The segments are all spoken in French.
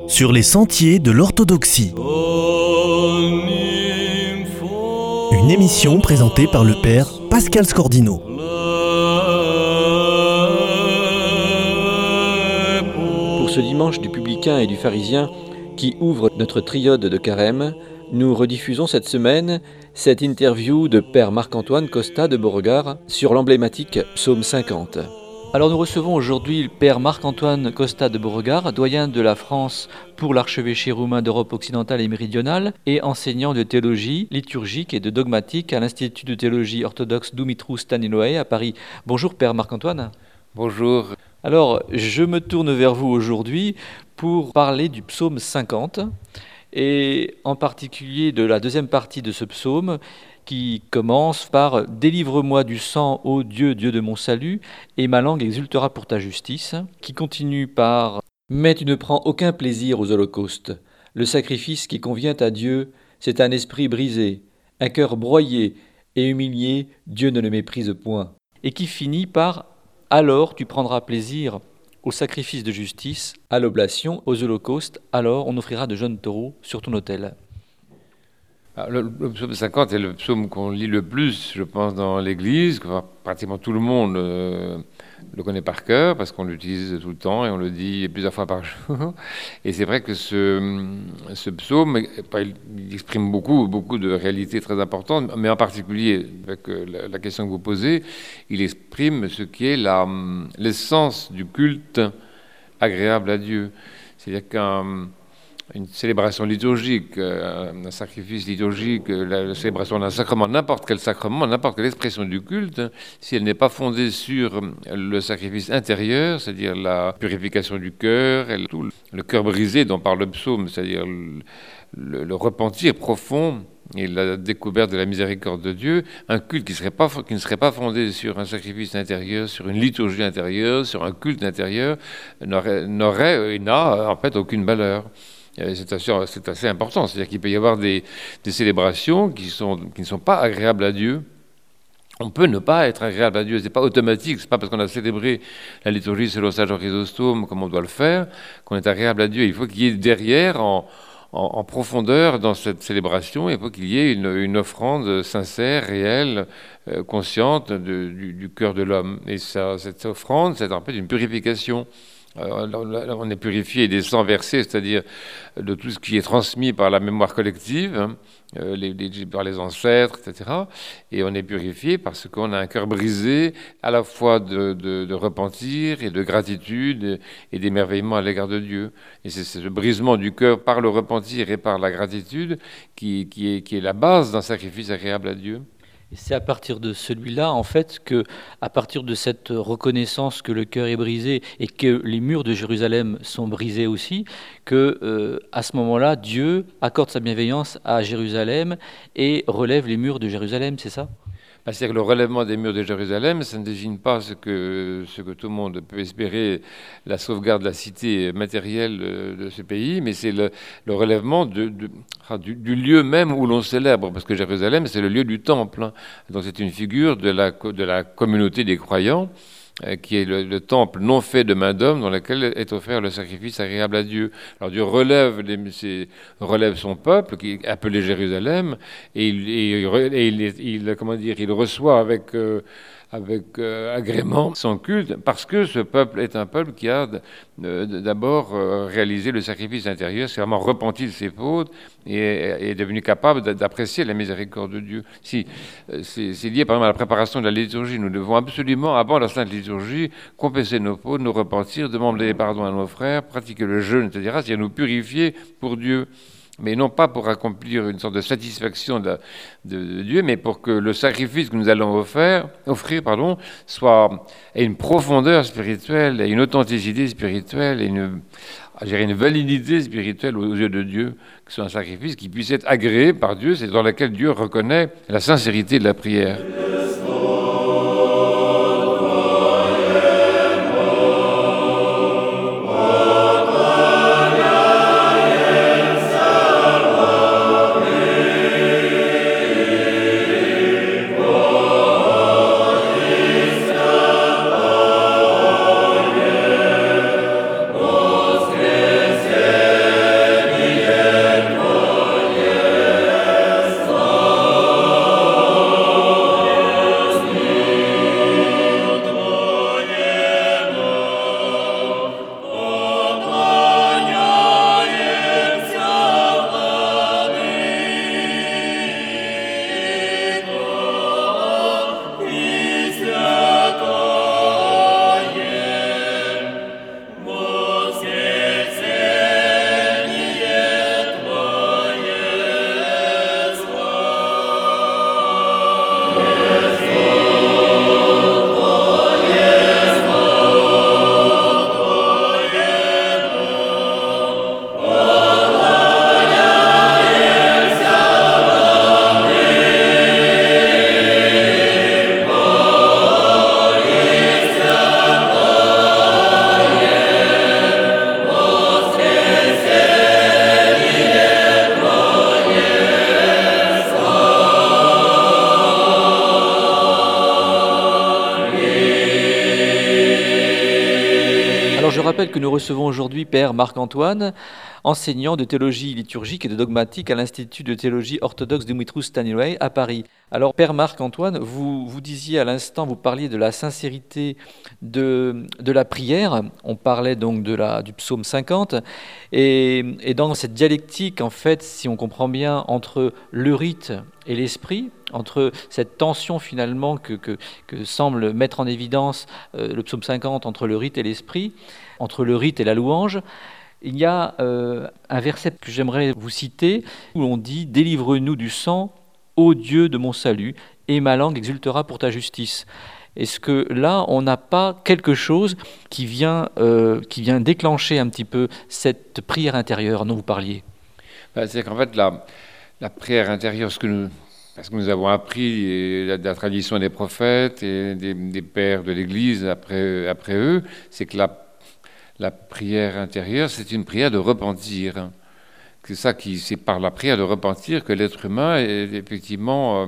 Sur les sentiers de l'orthodoxie. Une émission présentée par le père Pascal Scordino. Pour ce dimanche du publicain et du pharisien qui ouvre notre triode de carême, nous rediffusons cette semaine cette interview de père Marc-Antoine Costa de Beauregard sur l'emblématique psaume 50. Alors nous recevons aujourd'hui le père Marc-Antoine Costa de Beauregard, doyen de la France pour l'archevêché roumain d'Europe occidentale et méridionale et enseignant de théologie liturgique et de dogmatique à l'Institut de théologie orthodoxe Dumitru Staniloae à Paris. Bonjour père Marc-Antoine. Bonjour. Alors je me tourne vers vous aujourd'hui pour parler du psaume 50 et en particulier de la deuxième partie de ce psaume qui commence par « Délivre-moi du sang, ô Dieu, Dieu de mon salut, et ma langue exultera pour ta justice », qui continue par « Mais tu ne prends aucun plaisir aux holocaustes. Le sacrifice qui convient à Dieu, c'est un esprit brisé, un cœur broyé et humilié, Dieu ne le méprise point. » Et qui finit par « Alors tu prendras plaisir au sacrifice de justice, à l'oblation, aux holocaustes, alors on offrira de jeunes taureaux sur ton autel. » Le psaume 50 est le psaume qu'on lit le plus, je pense, dans l'Église. Pratiquement tout le monde le connaît par cœur parce qu'on l'utilise tout le temps et on le dit plusieurs fois par jour. Et c'est vrai que ce psaume, il exprime beaucoup de réalités très importantes, mais en particulier, avec la question que vous posez, il exprime ce qui est l'essence du culte agréable à Dieu. C'est-à-dire qu'une célébration liturgique, un sacrifice liturgique, la célébration d'un sacrement, n'importe quel sacrement, n'importe quelle expression du culte, si elle n'est pas fondée sur le sacrifice intérieur, c'est-à-dire la purification du cœur, et tout le cœur brisé dont parle le psaume, c'est-à-dire le repentir profond et la découverte de la miséricorde de Dieu, un culte qui ne serait pas fondé sur un sacrifice intérieur, sur une liturgie intérieure, sur un culte intérieur, n'aurait et n'a en fait aucune valeur. C'est assez important, c'est-à-dire qu'il peut y avoir des célébrations qui ne sont pas agréables à Dieu. On peut ne pas être agréable à Dieu, c'est pas automatique, c'est pas parce qu'on a célébré la liturgie selon Saint Jean Chrysostome comme on doit le faire qu'on est agréable à Dieu. Il faut qu'il y ait derrière, en profondeur dans cette célébration, il faut qu'il y ait une offrande sincère, réelle, consciente du cœur de l'homme. Et cette offrande, c'est en fait une purification. On est purifié des sangs versés, c'est-à-dire de tout ce qui est transmis par la mémoire collective, par les ancêtres, etc. Et on est purifié parce qu'on a un cœur brisé à la fois de repentir et de gratitude et d'émerveillement à l'égard de Dieu. Et c'est ce brisement du cœur par le repentir et par la gratitude qui est la base d'un sacrifice agréable à Dieu. Et c'est à partir de celui-là, en fait, à partir de cette reconnaissance que le cœur est brisé et que les murs de Jérusalem sont brisés aussi, que à ce moment-là, Dieu accorde sa bienveillance à Jérusalem et relève les murs de Jérusalem, c'est ça ? C'est-à-dire que le relèvement des murs de Jérusalem, ça ne désigne pas ce que tout le monde peut espérer, la sauvegarde de la cité matérielle de ce pays, mais c'est le relèvement du lieu même où l'on célèbre, parce que Jérusalem, c'est le lieu du temple. Hein. Donc c'est une figure de la communauté des croyants, qui est le temple non fait de main d'homme dans lequel est offert le sacrifice agréable à Dieu. Alors Dieu relève son peuple, qui est appelé Jérusalem, et il reçoit avec agrément son culte, parce que ce peuple est un peuple qui a d'abord réalisé le sacrifice intérieur, c'est vraiment repenti de ses fautes et est devenu capable d'apprécier la miséricorde de Dieu. C'est lié par exemple à la préparation de la liturgie. Nous devons absolument, avant la Sainte Liturgie, confesser nos fautes, nous repentir, demander pardon à nos frères, pratiquer le jeûne, etc., c'est-à-dire nous purifier pour Dieu. Mais non pas pour accomplir une sorte de satisfaction de Dieu, mais pour que le sacrifice que nous allons offrir, ait une profondeur spirituelle, ait une authenticité spirituelle, ait une validité spirituelle aux yeux de Dieu, que ce soit un sacrifice qui puisse être agréé par Dieu, c'est dans lequel Dieu reconnaît la sincérité de la prière. rappelle que nous recevons aujourd'hui Père Marc-Antoine, enseignant de théologie liturgique et de dogmatique à l'Institut de théologie orthodoxe Dumitru Staniloae à Paris. Alors Père Marc-Antoine, vous disiez à l'instant, vous parliez de la sincérité de la prière, on parlait donc du psaume 50, et dans cette dialectique, en fait, si on comprend bien, entre le rite et l'esprit, entre cette tension finalement que semble mettre en évidence le psaume 50 entre le rite et l'esprit, entre le rite et la louange, il y a un verset que j'aimerais vous citer où on dit « Délivre-nous du sang, ô Dieu de mon salut, et ma langue exultera pour ta justice ». Est-ce que là, on n'a pas quelque chose qui vient déclencher un petit peu cette prière intérieure dont vous parliez? C'est qu'en fait, la prière intérieure, parce que nous avons appris la tradition des prophètes et des pères de l'Église après eux, c'est que la prière intérieure, c'est une prière de repentir. C'est par la prière de repentir que l'être humain est effectivement,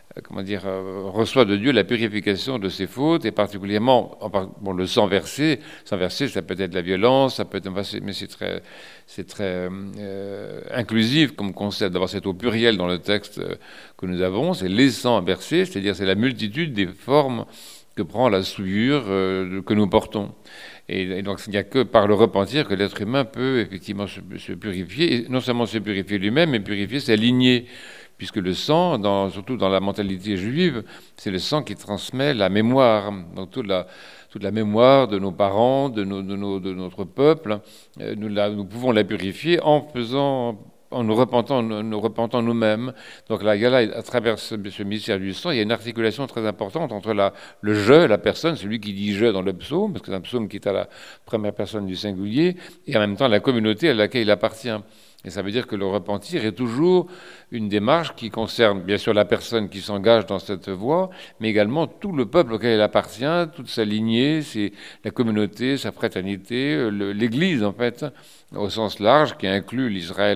reçoit de Dieu la purification de ses fautes, et particulièrement, le sang versé, ça peut être la violence, ça peut être, mais c'est très inclusif comme concept d'avoir cette au pluriel dans le texte que nous avons, c'est les sangs versés, c'est-à-dire c'est la multitude des formes que prend la souillure que nous portons. Et donc, il n'y a que par le repentir que l'être humain peut effectivement se purifier, et non seulement se purifier lui-même, mais purifier sa lignée, puisque le sang, surtout dans la mentalité juive, c'est le sang qui transmet la mémoire. Donc toute la mémoire de nos parents, de notre peuple, nous pouvons la purifier en nous repentant nous-mêmes. Donc là, à travers ce mystère du sang, il y a une articulation très importante entre le je, la personne, celui qui dit je dans le psaume, parce que c'est un psaume qui est à la première personne du singulier, et en même temps la communauté à laquelle il appartient. Et ça veut dire que le repentir est toujours une démarche qui concerne bien sûr la personne qui s'engage dans cette voie, mais également tout le peuple auquel il appartient, toute sa lignée, la communauté, sa fraternité, l'Église en fait, au sens large, qui inclut l'Israël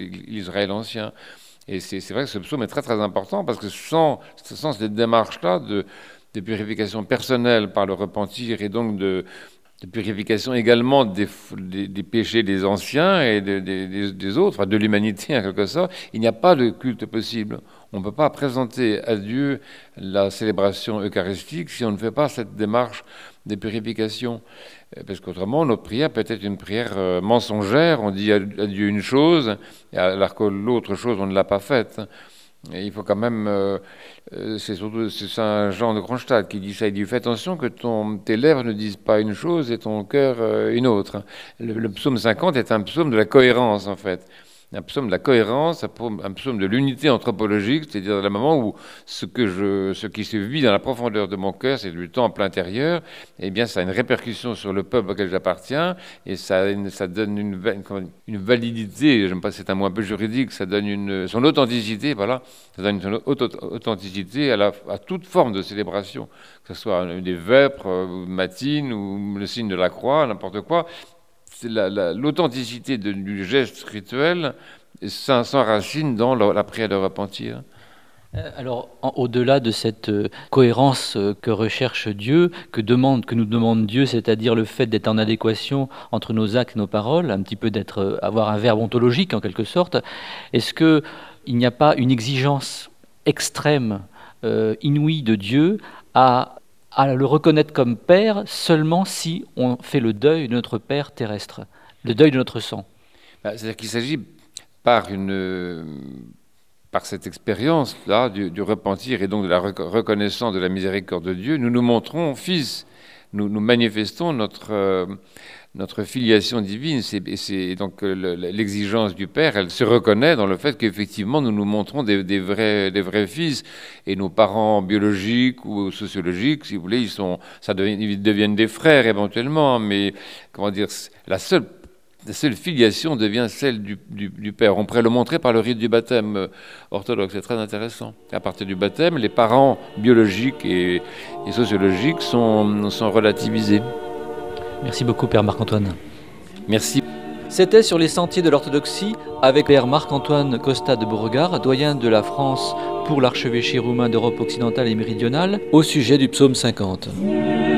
ancien. Et c'est vrai que ce psaume est très très important, parce que sans cette démarche-là de purification personnelle par le repentir, et donc de purification également des péchés des anciens et des autres, enfin de l'humanité en quelque sorte, il n'y a pas de culte possible. On ne peut pas présenter à Dieu la célébration eucharistique si on ne fait pas cette démarche de purification. Parce qu'autrement, notre prière peut être une prière mensongère, on dit à Dieu une chose, alors que l'autre chose, on ne l'a pas faite. Et il faut quand même, c'est Saint Jean de Kronstadt qui dit ça, il dit fais attention que tes lèvres ne disent pas une chose et ton cœur une autre. Le psaume 50 est un psaume de la cohérence en fait. Un psaume de la cohérence, un psaume de l'unité anthropologique, c'est-à-dire le moment où ce qui se vit dans la profondeur de mon cœur, c'est du temple intérieur, eh bien ça a une répercussion sur le peuple auquel j'appartiens, et ça donne une validité, j'aime pas, c'est un mot un peu juridique, ça donne son authenticité, voilà, ça donne son authenticité à toute forme de célébration, que ce soit des vêpres, matines, ou le signe de la croix, n'importe quoi. C'est l'authenticité du geste rituel s'enracine dans la prière de repentir. Alors, au-delà de cette cohérence que recherche Dieu, que nous demande Dieu, c'est-à-dire le fait d'être en adéquation entre nos actes et nos paroles, un petit peu avoir un verbe ontologique en quelque sorte, est-ce qu'il n'y a pas une exigence extrême, inouïe de Dieu à le reconnaître comme Père seulement si on fait le deuil de notre Père terrestre, le deuil de notre sang? C'est-à-dire qu'il s'agit par cette expérience-là du repentir et donc de la reconnaissance de la miséricorde de Dieu, nous nous montrons fils, nous manifestons notre filiation divine. C'est donc l'exigence du Père, elle se reconnaît dans le fait qu'effectivement nous nous montrons des vrais fils, et nos parents biologiques ou sociologiques, si vous voulez, ils deviennent des frères éventuellement, mais comment dire, la seule filiation devient celle du Père. On pourrait le montrer par le rite du baptême orthodoxe, c'est très intéressant. À partir du baptême, les parents biologiques et sociologiques sont relativisés. Merci beaucoup, Père Marc-Antoine. Merci. C'était Sur les sentiers de l'orthodoxie avec Père Marc-Antoine Costa de Beauregard, doyen de la France pour l'archevêché roumain d'Europe occidentale et méridionale, au sujet du psaume 50.